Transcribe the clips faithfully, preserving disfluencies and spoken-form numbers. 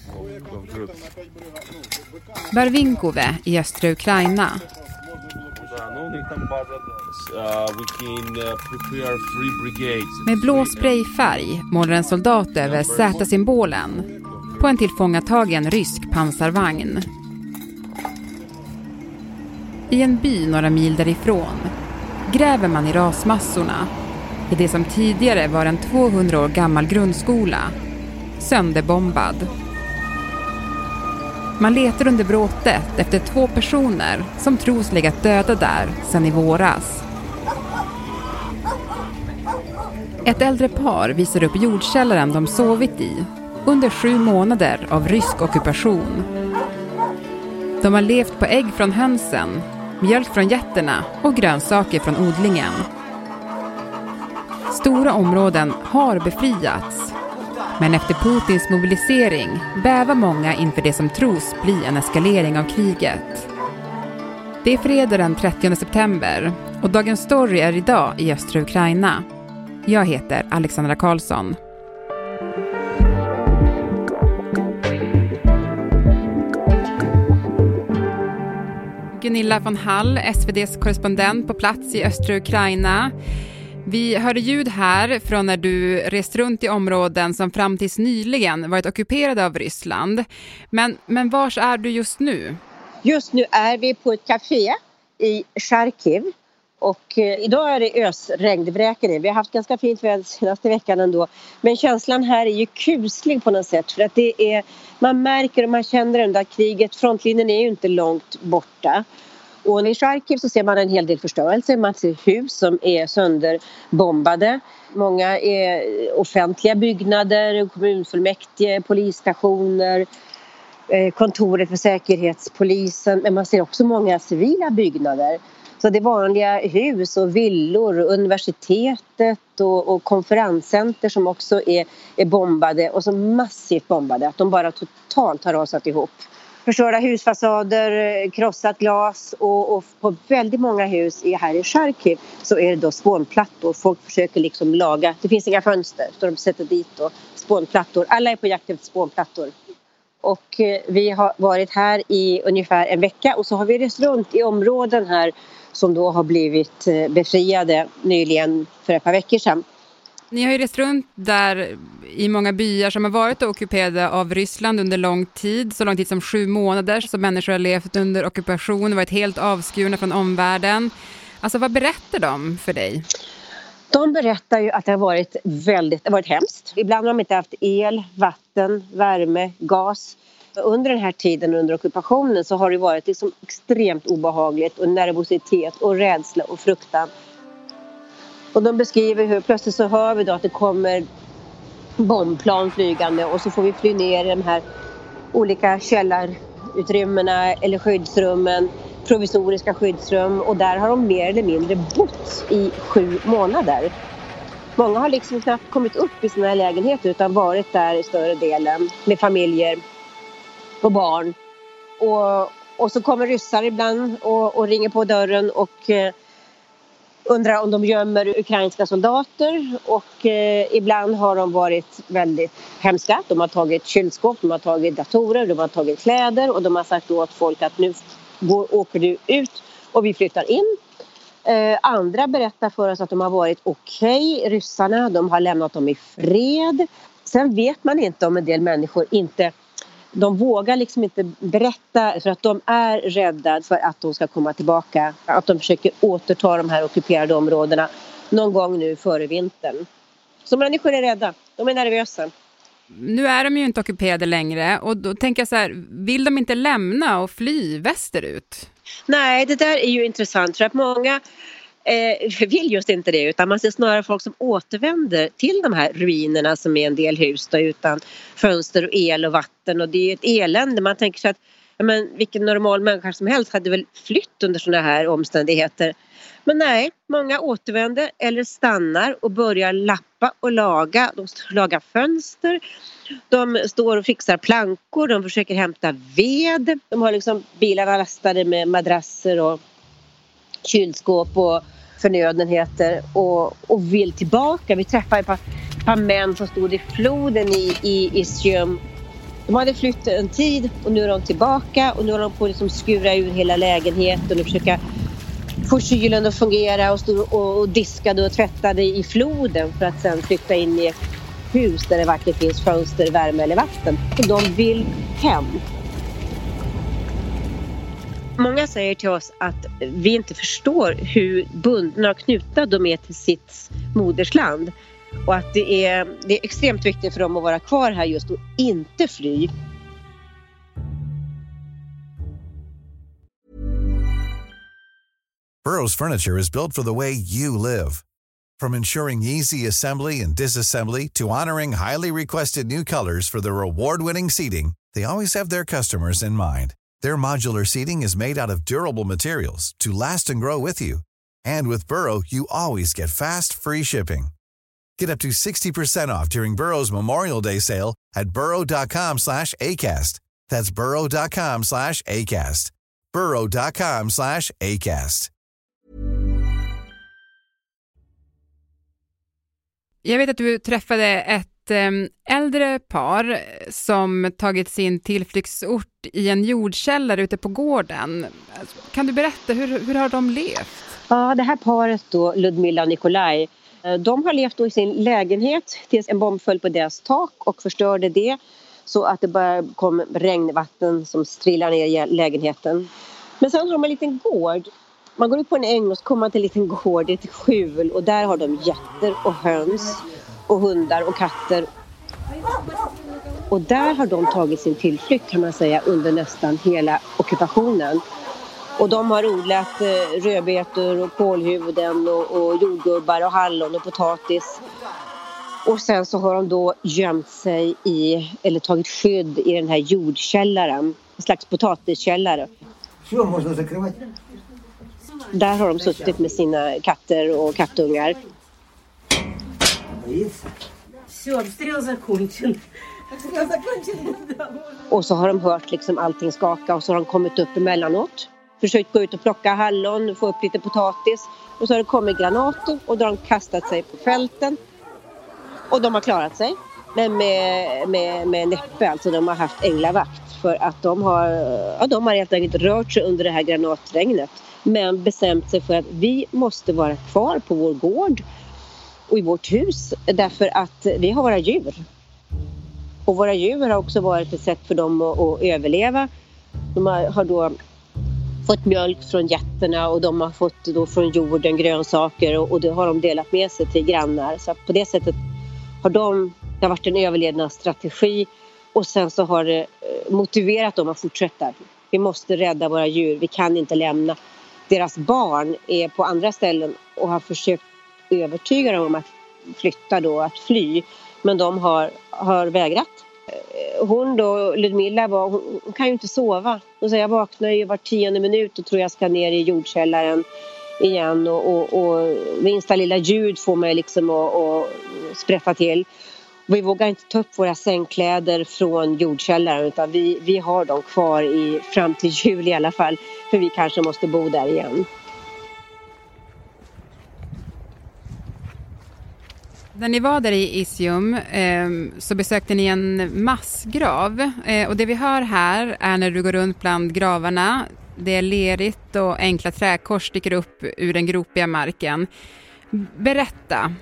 of, of troops. Barvinkove i östra Ukraina. Uh, we can uh, prepare three brigades. Med blå sprayfärg målar en soldat över Z-symbolen på en tillfångatagen rysk pansarvagn. I en by några mil därifrån gräver man i rasmassorna i det som tidigare var en tvåhundra år gammal grundskola, sönderbombad. Man letar under bråtet efter två personer som tros legat döda där sedan i våras. Ett äldre par visar upp jordkällaren de sovit i under sju månader av rysk ockupation. De har levt på ägg från hönsen, mjölk från getterna och grönsaker från odlingen. Stora områden har befriats, men efter Putins mobilisering bävar många inför det som tros bli en eskalering av kriget. Det är fredag den trettionde september och dagens story är idag i östra Ukraina. Jag heter Alexandra Karlsson. Gunilla von Hall, S V D:s korrespondent på plats i östra Ukraina. Vi hörde ljud här från när du rest runt i områden som fram tills nyligen varit ockuperade av Ryssland. Men, men vars är du just nu? Just nu är vi på ett café i Charkiv. Och eh, idag är det ösregn, det vräker ner. Vi har haft ganska fint väder senaste veckan ändå. Men känslan här är ju kuslig på något sätt. För att det är, man märker och man känner ändå att kriget, frontlinjen är ju inte långt borta. Och i Charkiv så ser man en hel del förstörelse. Man ser hus som är sönderbombade. Många är offentliga byggnader, kommunfullmäktige, polisstationer, kontoret för säkerhetspolisen. Men man ser också många civila byggnader. Så det är vanliga hus och villor, universitetet och, och konferenscenter som också är, är bombade och så massivt bombade. Att de bara totalt har rasat ihop. Förstörda husfasader, krossat glas och, och på väldigt många hus här i Charkiv så är det då spånplattor. Folk försöker liksom laga, det finns inga fönster så de sätter dit då spånplattor. Alla är på jakt efter spånplattor. Och eh, vi har varit här i ungefär en vecka och så har vi rest runt i områden här som då har blivit eh, befriade nyligen för ett par veckor sedan. Ni har ju rest runt där i många byar som har varit ockuperade av Ryssland under lång tid. Så lång tid som sju månader som människor har levt under ockupation och varit helt avskurna från omvärlden. Alltså vad berättar de för dig? De berättar ju att det har varit väldigt, det har varit hemskt. Ibland har de inte haft el, vatten, värme, gas. Under den här tiden under ockupationen så har det varit liksom extremt obehagligt och nervositet och rädsla och fruktan. Och de beskriver hur plötsligt så hör vi då att det kommer bombplan flygande och så får vi fly ner i de här olika källarutrymmena eller skyddsrummen, provisoriska skyddsrum och där har de mer eller mindre bott i sju månader. Många har liksom knappt kommit upp i sina lägenheter utan varit där i större delen med familjer och barn. Och, och så kommer ryssar ibland och, och ringer på dörren och eh, undrar om de gömmer ukrainska soldater och eh, ibland har de varit väldigt hemska. De har tagit kylskåp, de har tagit datorer, de har tagit kläder och de har sagt åt folk att nu går, åker du ut och vi flyttar in. Eh, andra berättar för oss att de har varit okej, okay, ryssarna, de har lämnat dem i fred. Sen vet man inte om en del människor inte, de vågar liksom inte berätta för att de är rädda för att de ska komma tillbaka. Att de försöker återta de här ockuperade områdena någon gång nu före vintern. Så människor är rädda, de är nervösa. Nu är de ju inte ockuperade längre och då tänker jag så här, vill de inte lämna och fly västerut? Nej, det där är ju intressant för att många eh, vill just inte det utan man ser snarare folk som återvänder till de här ruinerna som är en del hus då, utan fönster och el och vatten och det är ett elände. Man tänker sig att ja, men, vilken normal människa som helst hade väl flytt under sådana här omständigheter. Men nej, många återvänder eller stannar och börjar lappa och laga. De lagar fönster, de står och fixar plankor, de försöker hämta ved. De har liksom bilarna lastade med madrasser och kylskåp och förnödenheter och, och vill tillbaka. Vi träffade ett par, ett par män som stod i floden i, i Isium De hade flytt en tid och nu är de tillbaka och nu har de på att liksom skura ur hela lägenheten och försöka få kylen att fungera och stå och diskade och tvättade i floden för att sen flytta in i ett hus där det varken finns fönster, värme eller vatten. Och de vill hem. Många säger till oss att vi inte förstår hur bundna och knutna de är till sitt modersland. Och att det är, det är extremt viktigt för dem att vara kvar här just och inte fly. Burrow's furniture is built for the way you live. From ensuring easy assembly and disassembly to honoring highly requested new colors for their award-winning seating, they always have their customers in mind. Their modular seating is made out of durable materials to last and grow with you. And with Burrow, you always get fast, free shipping. Get up to sixty percent off during Burrow's Memorial Day sale at burrow.com slash ACAST. That's burrow.com slash ACAST. burrow.com slash ACAST. Jag vet att du träffade ett äldre par som tagit sin tillflyktsort i en jordkällare ute på gården. Kan du berätta, hur, hur har de levt? Ja, det här paret då, Ludmila och Nikolaj, de har levt då i sin lägenhet tills en bomb föll på deras tak och förstörde det så att det bara kom regnvatten som strillar ner i lägenheten. Men sen har man en liten gård. Man går ut på en äng och så kommer man till en liten gård, ett skjul, och där har de getter och höns och hundar och katter. Och där har de tagit sin tillflykt, kan man säga, under nästan hela ockupationen. Och de har odlat eh, rödbetor och kålhuvuden och, och jordgubbar och hallon och potatis. Och sen så har de då gömt sig i, eller tagit skydd i den här jordkällaren, en slags potatiskällare. Där har de suttit med sina katter och kattungar. Och så har de hört liksom allting skaka och så har de kommit upp emellanåt. Försökt gå ut och plocka hallon, få upp lite potatis. Och så har det kommit granater och då har de kastat sig på fälten. Och de har klarat sig. Men med, med, med näppe, alltså de har haft änglavakt. För att de har, ja, de har helt enkelt rört sig under det här granatregnet. Men bestämt sig för att vi måste vara kvar på vår gård och i vårt hus. Därför att vi har våra djur. Och våra djur har också varit ett sätt för dem att, att överleva. De har, har då fått mjölk från getterna och de har fått då från jorden grönsaker. Och, och det har de delat med sig till grannar. Så på det sättet har de, det har varit en överlevnadsstrategi. Och sen så har det motiverat dem att fortsätta. Vi måste rädda våra djur, vi kan inte lämna. Deras barn är på andra ställen och har försökt övertyga dem om att flytta då, att fly. Men de har, har vägrat. Hon då, Ludmila, var, hon, hon kan ju inte sova. Hon säger, jag vaknar ju var tionde minut och tror jag ska ner i jordkällaren igen. Och, och, och minsta lilla ljud får mig liksom att, att sprätta till. Vi vågar inte ta upp våra sängkläder från jordkällaren utan vi, vi har dem kvar i, fram till jul i alla fall. För vi kanske måste bo där igen. När ni var där i Isium eh, så besökte ni en massgrav. Eh, och det vi hör här är när du går runt bland gravarna. Det är lerigt och enkla träkors sticker upp ur den gropiga marken. Berätta.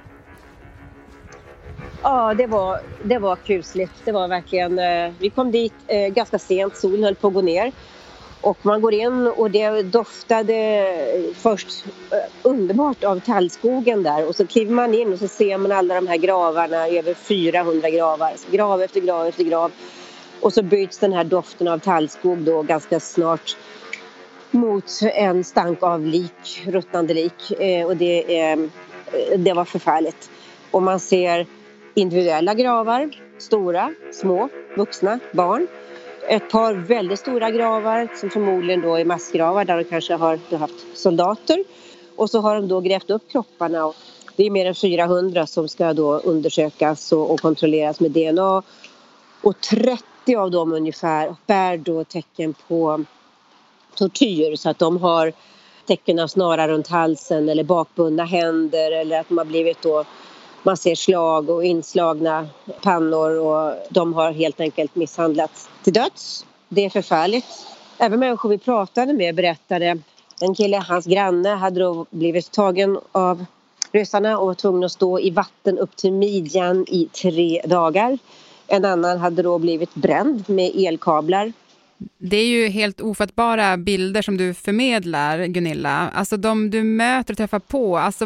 Ja, det var, det var kusligt. Det var verkligen, eh, vi kom dit eh, ganska sent, solen höll på att gå ner. Och man går in och det doftade först eh, underbart av tallskogen där. Och så kliver man in och så ser man alla de här gravarna, över fyrahundra gravar. Så grav efter grav efter grav. Och så byts den här doften av tallskog då ganska snart mot en stank av lik, ruttnande lik. Eh, och det, eh, det var förfärligt. Och man ser individuella gravar, stora, små, vuxna, barn. Ett par väldigt stora gravar som förmodligen då är massgravar där de kanske har haft soldater. Och så har de då grävt upp kropparna. Det är mer än fyrahundra som ska då undersökas och, och kontrolleras med D N A. Och trettio av dem ungefär bär då tecken på tortyr så att de har tecken av snara runt halsen eller bakbundna händer eller att de har blivit då Man ser slag och inslagna pannor och de har helt enkelt misshandlats till döds. Det är förfärligt. Även människor vi pratade med berättade, en kille, hans granne, hade då blivit tagen av ryssarna och var tvungen att stå i vatten upp till midjan i tre dagar. En annan hade då blivit bränd med elkablar. Det är ju helt ofattbara bilder som du förmedlar, Gunilla. Alltså de du möter och träffar på, alltså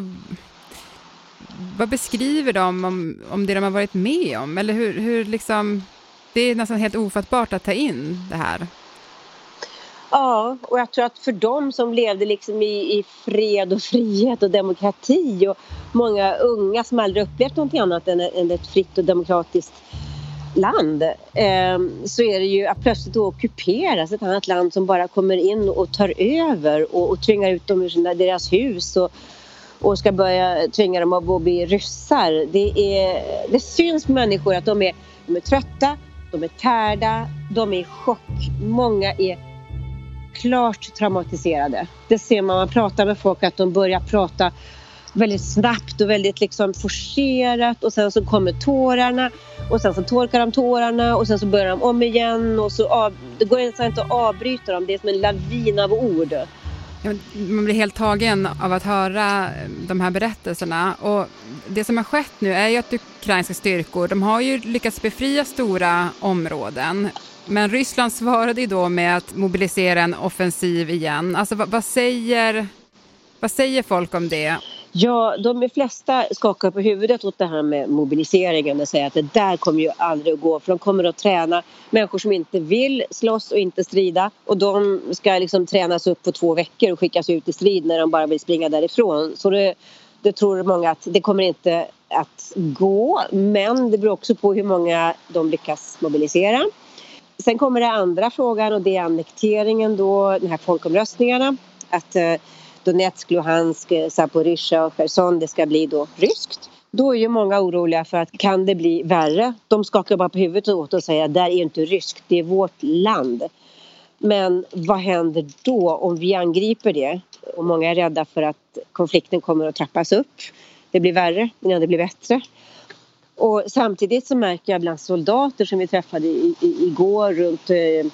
vad beskriver de om, om det de har varit med om? Eller hur, hur liksom, det är nästan helt ofattbart att ta in det här. Ja, och jag tror att för dem som levde liksom i, i fred och frihet och demokrati och många unga som aldrig upplevt någonting annat än, än ett fritt och demokratiskt land, eh, så är det ju att plötsligt då ockuperas ett annat land som bara kommer in och tar över och, och tvingar ut dem ur sina, deras hus och, och ska börja tvinga dem att bli ryssar. Det, är, det syns på människor att de är, de är trötta, de är tärda, de är i chock. Många är klart traumatiserade. Det ser man, man pratar med folk att de börjar prata väldigt snabbt och väldigt liksom forcerat och sen så kommer tårarna och sen så torkar de tårarna och sen så börjar de om igen och så av, det går inte att avbryta dem, det är som en lavin av ord. Ja, man blir helt tagen av att höra de här berättelserna och det som har skett nu är ju att ukrainska styrkor, de har ju lyckats befria stora områden. Men Ryssland svarade ju då med att mobilisera en offensiv igen. Alltså vad, vad, säger, vad säger folk om det? Ja, de flesta skakar på huvudet åt det här med mobiliseringen och säger att det där kommer ju aldrig att gå. För de kommer att träna människor som inte vill slåss och inte strida. Och de ska liksom tränas upp på två veckor och skickas ut i strid när de bara vill springa därifrån. Så det, det tror många att det kommer inte att gå. Men det beror också på hur många de lyckas mobilisera. Sen kommer det andra frågan och det är annekteringen då, den här folkomröstningarna. Att eh, Donetsk, Luhansk, Zaporizjzja och Cherson, det ska bli då ryskt. Då är ju många oroliga för att kan det bli värre? De skakar bara på huvudet åt och säger att där är inte ryskt, det är vårt land. Men vad händer då om vi angriper det? Och många är rädda för att konflikten kommer att trappas upp. Det blir värre innan det blir bättre. Och samtidigt så märker jag bland soldater som vi träffade i, i, igår runt eh,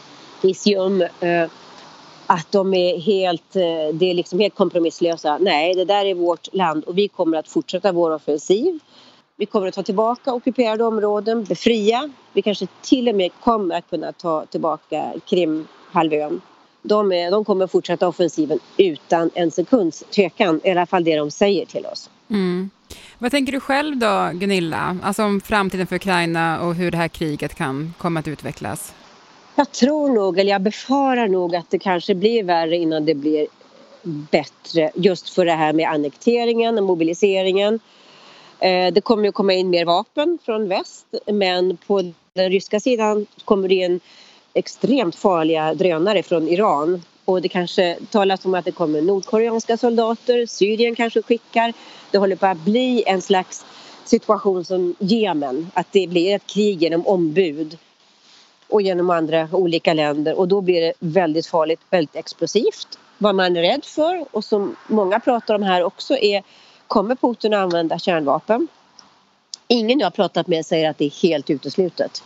Isium eh, att de är helt, eh, det är liksom helt kompromisslösa. Nej, det där är vårt land och vi kommer att fortsätta vår offensiv. Vi kommer att ta tillbaka ockuperade områden, befria. Vi kanske till och med kommer att kunna ta tillbaka Krimhalvön. De, är, de kommer att fortsätta offensiven utan en sekunds tvekan, i alla fall det de säger till oss. Mm. Vad tänker du själv då, Gunilla? Alltså om framtiden för Ukraina och hur det här kriget kan komma att utvecklas? Jag tror nog, eller jag befarar nog att det kanske blir värre innan det blir bättre. Just för det här med annekteringen och mobiliseringen. Eh, det kommer ju komma in mer vapen från väst. Men på den ryska sidan kommer det in extremt farliga drönare från Iran. Och det kanske talas om att det kommer nordkoreanska soldater. Syrien kanske skickar. Det håller på att bli en slags situation som Jemen. Att det blir ett krig genom ombud. Och genom andra olika länder. Och då blir det väldigt farligt, väldigt explosivt. Vad man är rädd för och som många pratar om här också är, kommer Putin att använda kärnvapen? Ingen jag har pratat med säger att det är helt uteslutet.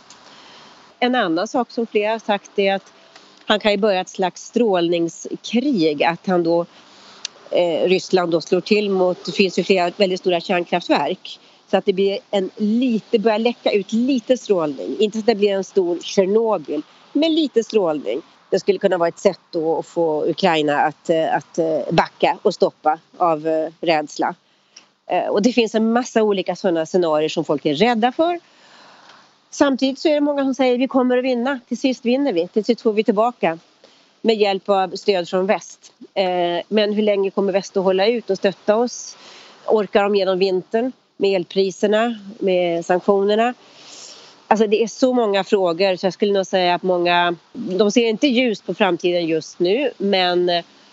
En annan sak som flera har sagt är att han kan ju börja ett slags strålningskrig. Att han då, eh, Ryssland då slår till mot, det finns ju flera väldigt stora kärnkraftverk. Så att det blir en lite, börjar läcka ut lite strålning. Inte så att det blir en stor Tjernobyl, men lite strålning. Det skulle kunna vara ett sätt då att få Ukraina att, att backa och stoppa av rädsla. Och det finns en massa olika sådana scenarier som folk är rädda för. Samtidigt så är det många som säger att vi kommer att vinna. Till sist vinner vi. Till sist får vi tillbaka med hjälp av stöd från väst. Men hur länge kommer väst att hålla ut och stötta oss? Orkar de genom vintern? Med elpriserna, med sanktionerna. Alltså det är så många frågor så jag skulle nog säga att många, de ser inte ljus på framtiden just nu. Men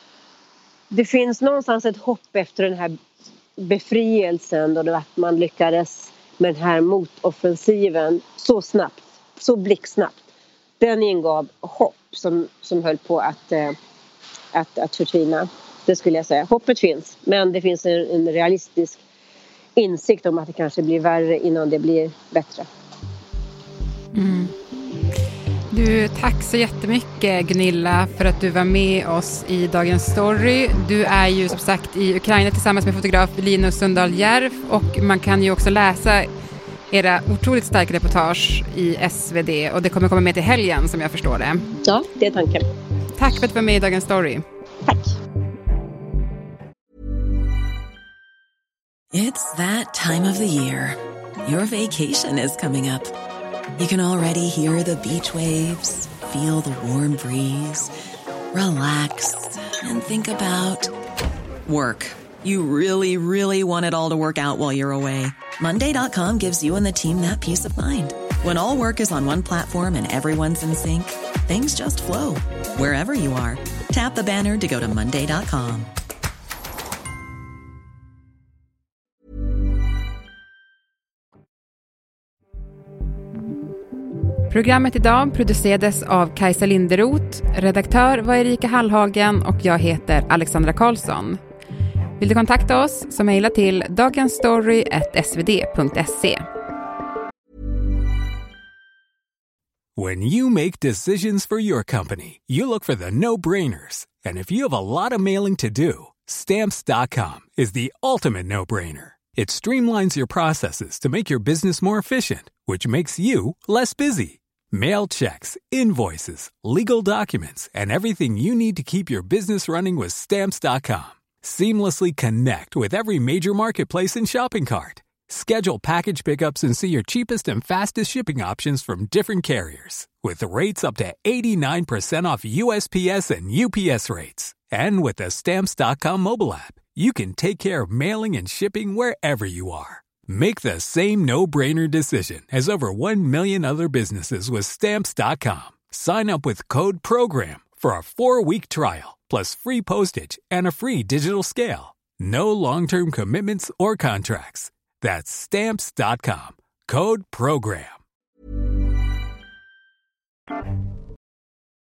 det finns någonstans ett hopp efter den här befrielsen då att man lyckades med den här motoffensiven så snabbt, så blixtsnabbt. Den ingav hopp som, som höll på att, att, att förtvina. Det skulle jag säga. Hoppet finns, men det finns en, en realistisk insikt om att det kanske blir värre innan det blir bättre. Mm. Du, tack så jättemycket Gunilla för att du var med oss i Dagens Story. Du är ju som sagt i Ukraina tillsammans med fotograf Linus Sundahl Järf, och man kan ju också läsa era otroligt starka reportage i S V D, och det kommer komma med till helgen som jag förstår det. Ja, det är tanken. Tack för att du var med i Dagens Story. Tack. It's that time of the year. Your vacation is coming up. You can already hear the beach waves, feel the warm breeze, relax and think about work. You really, really want it all to work out while you're away. Monday dot com gives you and the team that peace of mind. When all work is on one platform and everyone's in sync, things just flow. Wherever you are, tap the banner to go to monday dot com. Programmet idag producerades av Kajsa Linderoth, redaktör var Erika Hallhagen och jag heter Alexandra Karlsson. Vill du kontakta oss så mejla till dagensstory at s v d punkt se. When you make decisions for your company, you look for the no-brainers. And if you have a lot of mailing to do, stamps dot com is the ultimate no-brainer. It streamlines your processes to make your business more efficient, which makes you less busy. Mail checks, invoices, legal documents, and everything you need to keep your business running with stamps dot com. Seamlessly connect with every major marketplace and shopping cart. Schedule package pickups and see your cheapest and fastest shipping options from different carriers. With rates up to eighty-nine percent off U S P S and U P S rates. And with the stamps dot com mobile app, you can take care of mailing and shipping wherever you are. Make the same no-brainer decision as over one million other businesses with stamps dot com. Sign up with code PROGRAM for a four-week trial, plus free postage and a free digital scale. No long-term commitments or contracts. That's stamps dot com. Code PROGRAM.